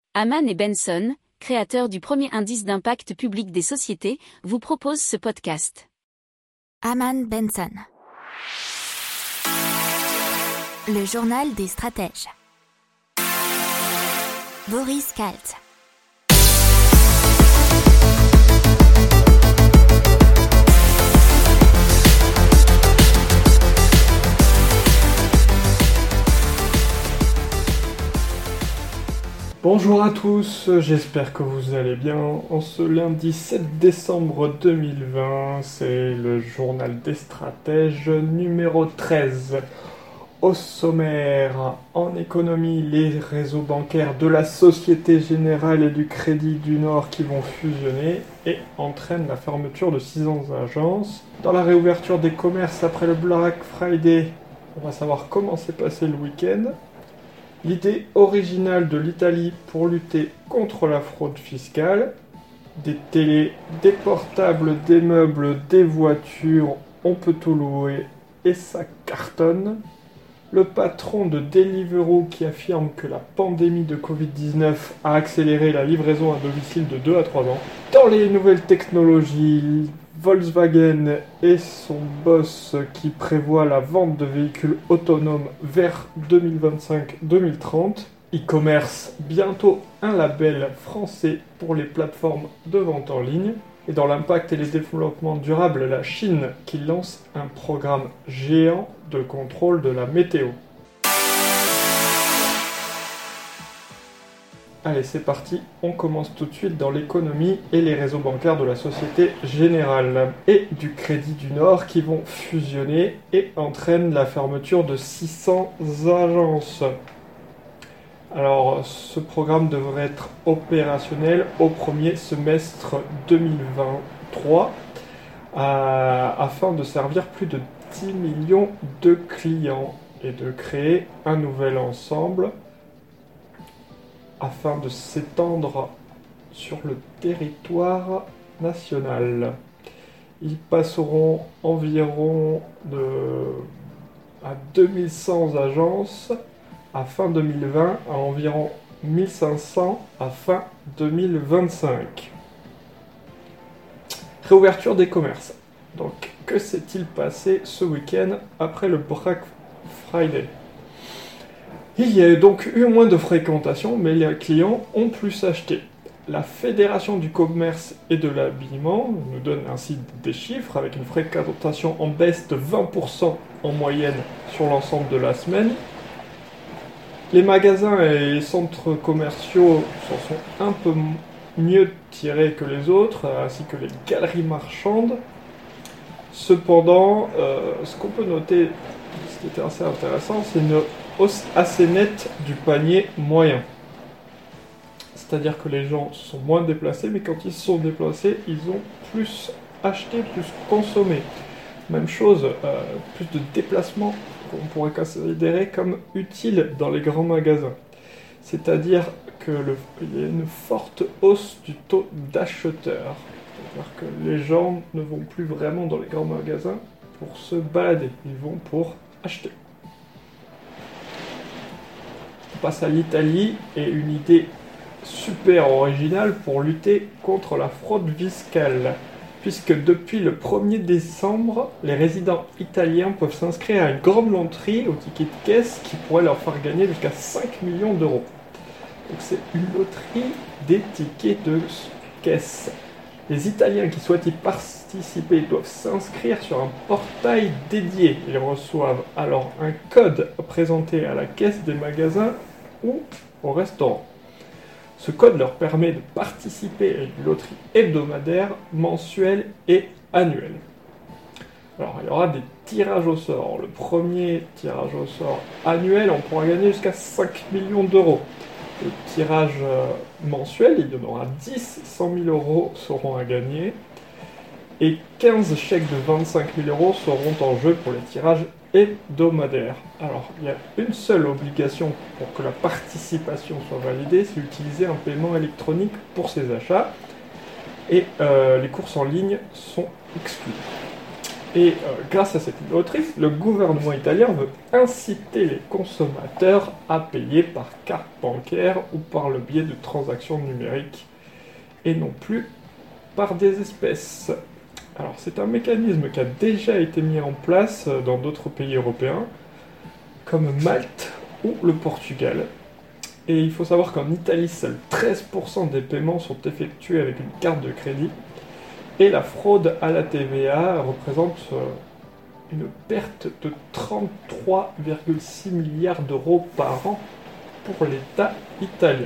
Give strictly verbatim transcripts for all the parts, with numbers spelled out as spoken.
Aman et Benson, créateurs du premier indice d'impact public des sociétés, vous proposent ce podcast. Aman Benson. Le journal des stratèges. Boris Kalt. Bonjour à tous, j'espère que vous allez bien. En ce lundi sept décembre deux mille vingt, c'est le journal des stratèges numéro treize. Au sommaire, en économie, les réseaux bancaires de la Société Générale et du Crédit du Nord qui vont fusionner et entraînent la fermeture de six cents agences. Dans la réouverture des commerces après le Black Friday, on va savoir comment s'est passé le week-end. L'idée originale de l'Italie pour lutter contre la fraude fiscale, des télés, des portables, des meubles, des voitures, on peut tout louer et ça cartonne. Le patron de Deliveroo qui affirme que la pandémie de covid dix-neuf a accéléré la livraison à domicile de deux à trois ans. Dans les nouvelles technologies, Volkswagen et son boss qui prévoit la vente de véhicules autonomes vers deux mille vingt-cinq deux mille trente. E-commerce, bientôt un label français pour les plateformes de vente en ligne. Et dans l'impact et les développements durables, la Chine qui lance un programme géant de contrôle de la météo. Allez, c'est parti, on commence tout de suite dans l'économie et les réseaux bancaires de la Société Générale et du Crédit du Nord qui vont fusionner et entraînent la fermeture de six cents agences. Alors, ce programme devrait être opérationnel au premier semestre deux mille vingt-trois euh, afin de servir plus de dix millions de clients et de créer un nouvel ensemble afin de s'étendre sur le territoire national. Ils passeront environ de, à deux mille cent agences à fin deux mille vingt, à environ mille cinq cents à fin deux mille vingt-cinq. Réouverture des commerces. Donc, que s'est-il passé ce week-end après le Black Friday ? Il y a donc eu moins de fréquentation, mais les clients ont plus acheté. La Fédération du commerce et de l'habillement nous donne ainsi des chiffres avec une fréquentation en baisse de vingt pour cent en moyenne sur l'ensemble de la semaine. Les magasins et les centres commerciaux s'en sont un peu mieux tirés que les autres, ainsi que les galeries marchandes. Cependant, euh, ce qu'on peut noter, ce qui était assez intéressant, c'est une hausse assez nette du panier moyen. C'est-à-dire que les gens se sont moins déplacés, mais quand ils se sont déplacés, ils ont plus acheté, plus consommé. Même chose, euh, plus de déplacements qu'on pourrait considérer comme utiles dans les grands magasins. C'est-à-dire qu'il y a une forte hausse du taux d'acheteurs. C'est-à-dire que les gens ne vont plus vraiment dans les grands magasins pour se balader, ils vont pour acheter. On passe à l'Italie et une idée super originale pour lutter contre la fraude fiscale. Puisque depuis le premier décembre, les résidents italiens peuvent s'inscrire à une grande loterie au ticket de caisse qui pourrait leur faire gagner jusqu'à cinq millions d'euros. Donc c'est une loterie des tickets de caisse. Les Italiens qui souhaitent y participer doivent s'inscrire sur un portail dédié. Ils reçoivent alors un code présenté à la caisse des magasins ou au restaurant. Ce code leur permet de participer à une loterie hebdomadaire, mensuelle et annuelle. Alors, il y aura des tirages au sort. Le premier tirage au sort annuel, on pourra gagner jusqu'à cinq millions d'euros. Le tirage euh, mensuel, il y en aura dix, cent mille euros seront à gagner. Et quinze chèques de vingt-cinq mille euros seront en jeu pour les tirages hebdomadaires. Alors, il y a une seule obligation pour que la participation soit validée, c'est d'utiliser un paiement électronique pour ces achats. Et euh, les courses en ligne sont exclues. Et euh, grâce à cette loterie, le gouvernement italien veut inciter les consommateurs à payer par carte bancaire ou par le biais de transactions numériques, et non plus par des espèces. Alors c'est un mécanisme qui a déjà été mis en place dans d'autres pays européens, comme Malte ou le Portugal. Et il faut savoir qu'en Italie, seuls treize pour cent des paiements sont effectués avec une carte de crédit. Et la fraude à la T V A représente une perte de trente-trois virgule six milliards d'euros par an pour l'État italien.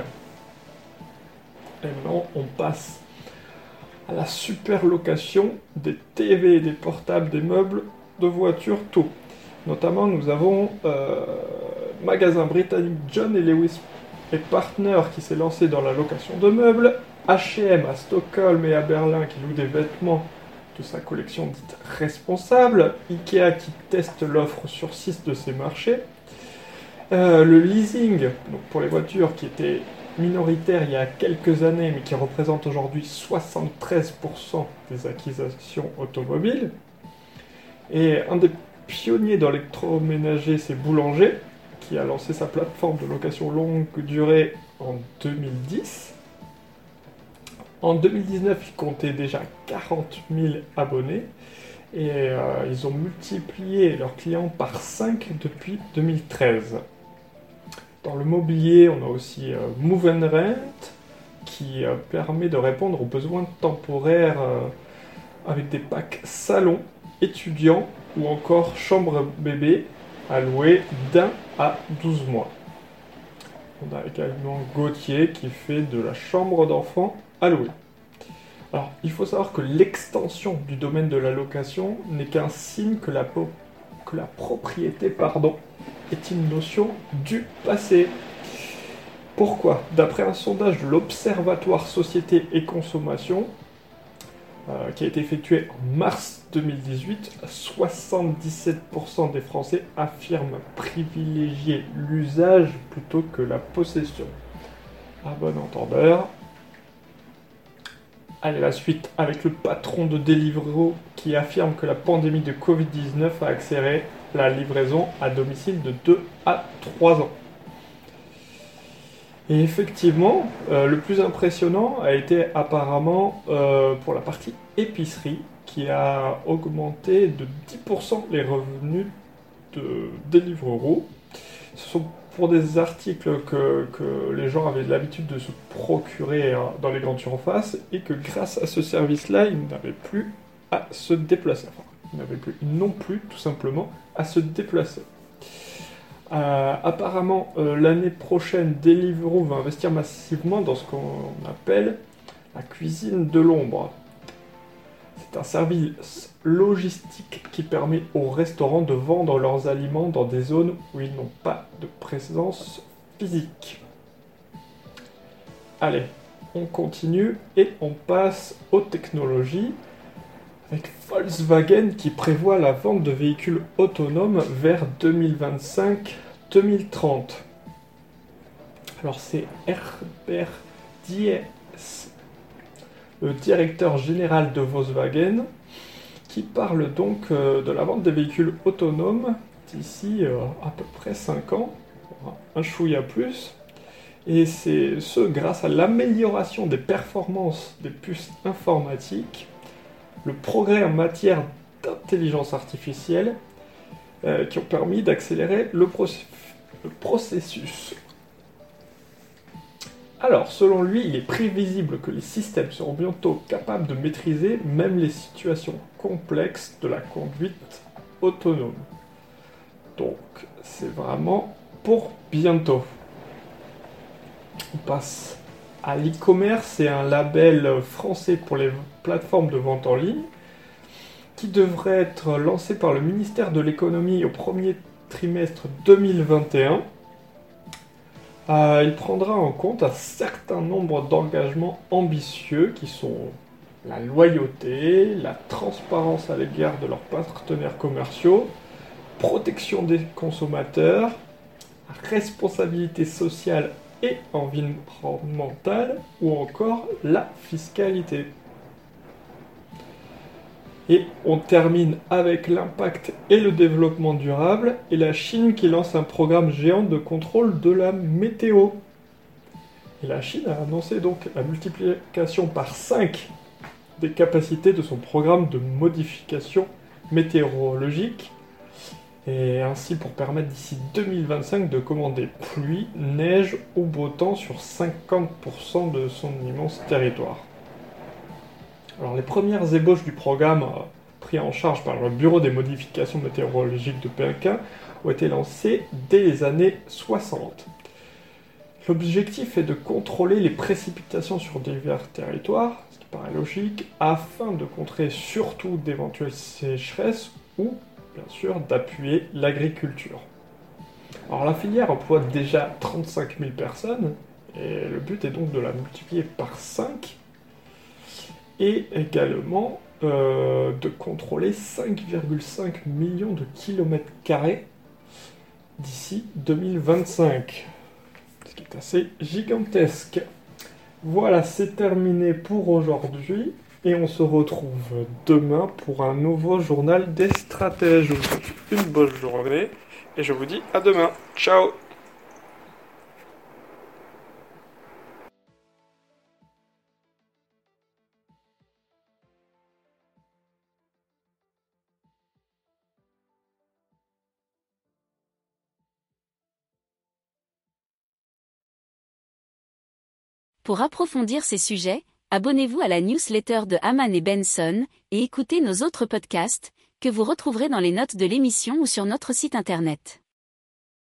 Et maintenant, on passe à la superlocation des T V, des portables, des meubles, de voitures, tout. Notamment, nous avons euh, magasin britannique John et Lewis et Partners qui s'est lancé dans la location de meubles, H et M à Stockholm et à Berlin qui loue des vêtements de sa collection dite responsable, Ikea qui teste l'offre sur six de ses marchés, euh, le leasing donc pour les voitures qui était minoritaire il y a quelques années mais qui représente aujourd'hui soixante-treize pour cent des acquisitions automobiles, et un des pionniers dans l'électroménager c'est Boulanger qui a lancé sa plateforme de location longue durée en deux mille dix. En deux mille dix-neuf, ils comptaient déjà quarante mille abonnés et euh, ils ont multiplié leurs clients par cinq depuis deux mille treize. Dans le mobilier, on a aussi euh, Move and Rent qui euh, permet de répondre aux besoins temporaires euh, avec des packs salon, étudiants ou encore chambre bébé à louer d'un à douze mois. On a également Gauthier qui fait de la chambre d'enfant à louer. Alors, il faut savoir que l'extension du domaine de la location n'est qu'un signe que la, po- que la propriété pardon, est une notion du passé. Pourquoi ? D'après un sondage de l'Observatoire Société et Consommation, euh, qui a été effectué en mars deux mille dix-huit, soixante-dix-sept pour cent des Français affirment privilégier l'usage plutôt que la possession. À bon entendeur. Allez, la suite avec le patron de Deliveroo qui affirme que la pandémie de covid dix-neuf a accéléré la livraison à domicile de deux à trois ans. Et effectivement, euh, le plus impressionnant a été apparemment euh, pour la partie épicerie qui a augmenté de dix pour cent les revenus de Deliveroo. Ce sont pour des articles que, que les gens avaient l'habitude de se procurer hein, dans les grandes surfaces et que grâce à ce service-là, ils n'avaient plus à se déplacer. Enfin, ils n'avaient plus non plus tout simplement à se déplacer. Euh, apparemment, euh, l'année prochaine, Deliveroo va investir massivement dans ce qu'on appelle la cuisine de l'ombre. C'est un service logistique qui permet aux restaurants de vendre leurs aliments dans des zones où ils n'ont pas de présence physique. Allez, on continue et on passe aux technologies avec Volkswagen qui prévoit la vente de véhicules autonomes vers deux mille vingt-cinq deux mille trente. Alors c'est Herbert Diess, le directeur général de Volkswagen, qui parle donc euh, de la vente des véhicules autonomes d'ici euh, à peu près cinq ans, un chouïa plus, et c'est ce grâce à l'amélioration des performances des puces informatiques, le progrès en matière d'intelligence artificielle, euh, qui ont permis d'accélérer le, process- le processus. Alors, selon lui, il est prévisible que les systèmes seront bientôt capables de maîtriser même les situations complexes de la conduite autonome. Donc, c'est vraiment pour bientôt. On passe à l'e-commerce, c'est un label français pour les plateformes de vente en ligne qui devrait être lancé par le ministère de l'économie au premier trimestre deux mille vingt et un. Euh, il prendra en compte un certain nombre d'engagements ambitieux qui sont la loyauté, la transparence à l'égard de leurs partenaires commerciaux, protection des consommateurs, responsabilité sociale et environnementale, ou encore la fiscalité. Et on termine avec l'impact et le développement durable, et la Chine qui lance un programme géant de contrôle de la météo. Et la Chine a annoncé donc la multiplication par cinq des capacités de son programme de modification météorologique, et ainsi pour permettre d'ici deux mille vingt-cinq de commander pluie, neige ou beau temps sur cinquante pour cent de son immense territoire. Alors les premières ébauches du programme euh, pris en charge par le Bureau des modifications météorologiques de Pékin ont été lancées dès les années soixante. L'objectif est de contrôler les précipitations sur divers territoires, ce qui paraît logique, afin de contrer surtout d'éventuelles sécheresses ou, bien sûr, d'appuyer l'agriculture. Alors la filière emploie déjà trente-cinq mille personnes, et le but est donc de la multiplier par cinq, et également euh, de contrôler cinq virgule cinq millions de kilomètres carrés d'ici deux mille vingt-cinq. Ce qui est assez gigantesque. Voilà, c'est terminé pour aujourd'hui. Et on se retrouve demain pour un nouveau journal des stratèges. Je vous souhaite une bonne journée. Et je vous dis à demain. Ciao! Pour approfondir ces sujets, abonnez-vous à la newsletter de Hamann et Benson et écoutez nos autres podcasts, que vous retrouverez dans les notes de l'émission ou sur notre site internet.